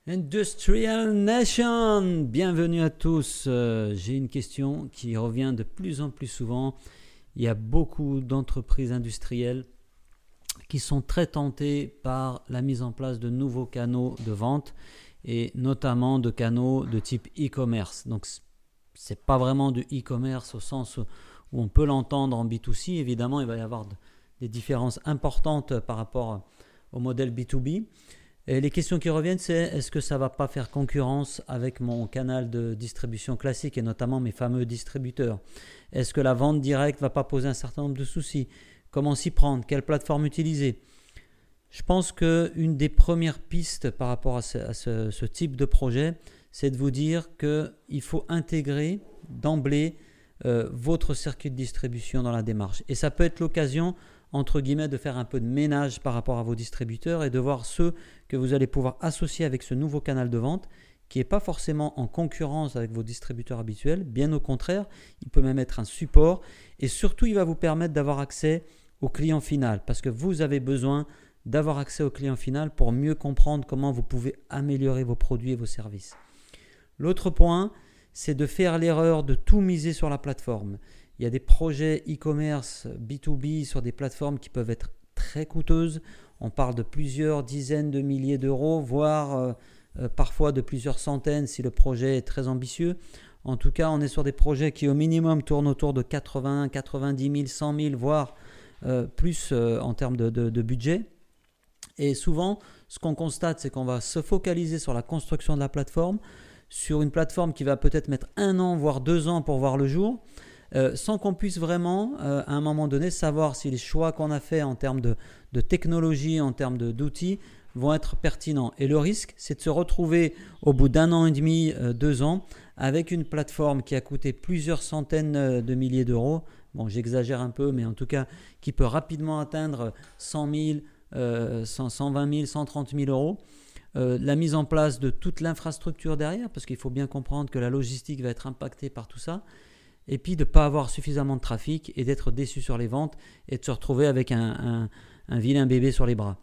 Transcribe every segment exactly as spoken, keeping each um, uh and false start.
Industrial Nation, bienvenue à tous. Euh, j'ai une question qui revient de plus en plus souvent. Il y a beaucoup d'entreprises industrielles qui sont très tentées par la mise en place de nouveaux canaux de vente et notamment de canaux de type e-commerce. Donc, ce n'est pas vraiment du e-commerce au sens où on peut l'entendre en B deux C. Évidemment, il va y avoir des différences importantes par rapport au modèle B deux B. Et les questions qui reviennent, c'est est-ce que ça ne va pas faire concurrence avec mon canal de distribution classique et notamment mes fameux distributeurs? Est-ce que la vente directe ne va pas poser un certain nombre de soucis? Comment s'y prendre? Quelle plateforme utiliser? Je pense qu'une des premières pistes par rapport à ce, à ce, ce type de projet, c'est de vous dire qu'il faut intégrer d'emblée euh, votre circuit de distribution dans la démarche. Et ça peut être l'occasion entre guillemets, de faire un peu de ménage par rapport à vos distributeurs et de voir ceux que vous allez pouvoir associer avec ce nouveau canal de vente qui n'est pas forcément en concurrence avec vos distributeurs habituels. Bien au contraire, il peut même être un support et surtout, il va vous permettre d'avoir accès au client final parce que vous avez besoin d'avoir accès au client final pour mieux comprendre comment vous pouvez améliorer vos produits et vos services. L'autre point, c'est de faire l'erreur de tout miser sur la plateforme. Il y a des projets e-commerce B deux B sur des plateformes qui peuvent être très coûteuses. On parle de plusieurs dizaines de milliers d'euros, voire euh, euh, parfois de plusieurs centaines si le projet est très ambitieux. En tout cas, on est sur des projets qui au minimum tournent autour de quatre-vingts, quatre-vingt-dix mille, cent mille, voire euh, plus euh, en termes de, de, de budget. Et souvent, ce qu'on constate, c'est qu'on va se focaliser sur la construction de la plateforme, sur une plateforme qui va peut-être mettre un an, voire deux ans pour voir le jour. Euh, sans qu'on puisse vraiment, euh, à un moment donné, savoir si les choix qu'on a faits en termes de, de technologie, en termes de, d'outils, vont être pertinents. Et le risque, c'est de se retrouver au bout d'un an et demi, euh, deux ans, avec une plateforme qui a coûté plusieurs centaines de milliers d'euros. Bon, j'exagère un peu, mais en tout cas, qui peut rapidement atteindre cent mille, euh, cent, cent vingt mille, cent trente mille euros. Euh, la mise en place de toute l'infrastructure derrière, parce qu'il faut bien comprendre que la logistique va être impactée par tout ça. Et puis de ne pas avoir suffisamment de trafic et d'être déçu sur les ventes et de se retrouver avec un, un, un vilain bébé sur les bras.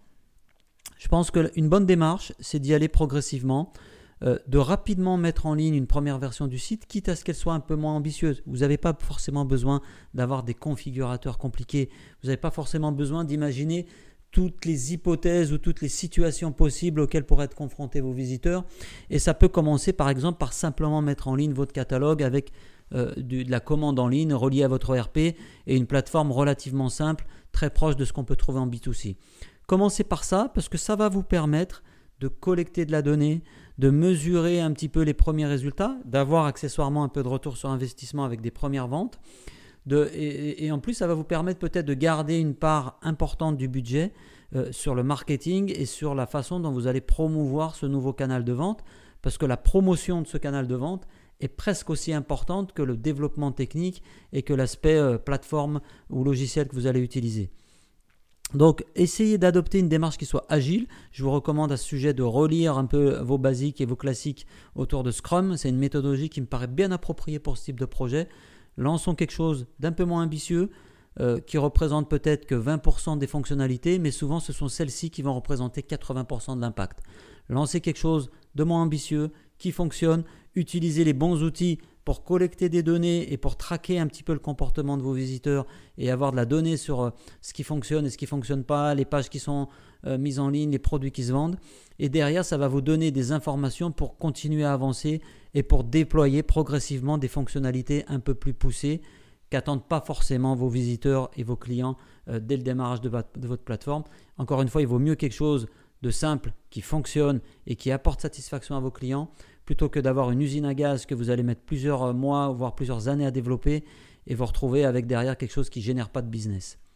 Je pense qu'une bonne démarche, c'est d'y aller progressivement, euh, de rapidement mettre en ligne une première version du site, quitte à ce qu'elle soit un peu moins ambitieuse. Vous n'avez pas forcément besoin d'avoir des configurateurs compliqués. Vous n'avez pas forcément besoin d'imaginer toutes les hypothèses ou toutes les situations possibles auxquelles pourraient être confrontés vos visiteurs. Et ça peut commencer par exemple par simplement mettre en ligne votre catalogue avec Euh, de, de la commande en ligne reliée à votre E R P et une plateforme relativement simple, très proche de ce qu'on peut trouver en B deux C. Commencez par ça parce que ça va vous permettre de collecter de la donnée, de mesurer un petit peu les premiers résultats, d'avoir accessoirement un peu de retour sur investissement avec des premières ventes. De, et, et en plus, ça va vous permettre peut-être de garder une part importante du budget euh, sur le marketing et sur la façon dont vous allez promouvoir ce nouveau canal de vente parce que la promotion de ce canal de vente est presque aussi importante que le développement technique et que l'aspect euh, plateforme ou logiciel que vous allez utiliser. Donc, essayez d'adopter une démarche qui soit agile. Je vous recommande à ce sujet de relire un peu vos basiques et vos classiques autour de Scrum. C'est une méthodologie qui me paraît bien appropriée pour ce type de projet. Lançons quelque chose d'un peu moins ambitieux, euh, qui représente peut-être que vingt pour cent des fonctionnalités, mais souvent ce sont celles-ci qui vont représenter quatre-vingts pour cent de l'impact. Lancez quelque chose de moins ambitieux, qui fonctionne, utilisez les bons outils pour collecter des données et pour traquer un petit peu le comportement de vos visiteurs et avoir de la donnée sur euh, ce qui fonctionne et ce qui ne fonctionne pas, les pages qui sont euh, mises en ligne, les produits qui se vendent. Et derrière, ça va vous donner des informations pour continuer à avancer et pour déployer progressivement des fonctionnalités un peu plus poussées qu'attendent pas forcément vos visiteurs et vos clients euh, dès le démarrage de, de votre plateforme. Encore une fois, il vaut mieux quelque chose de simple, qui fonctionne et qui apporte satisfaction à vos clients, plutôt que d'avoir une usine à gaz que vous allez mettre plusieurs mois, voire plusieurs années à développer et vous retrouver avec derrière quelque chose qui ne génère pas de business.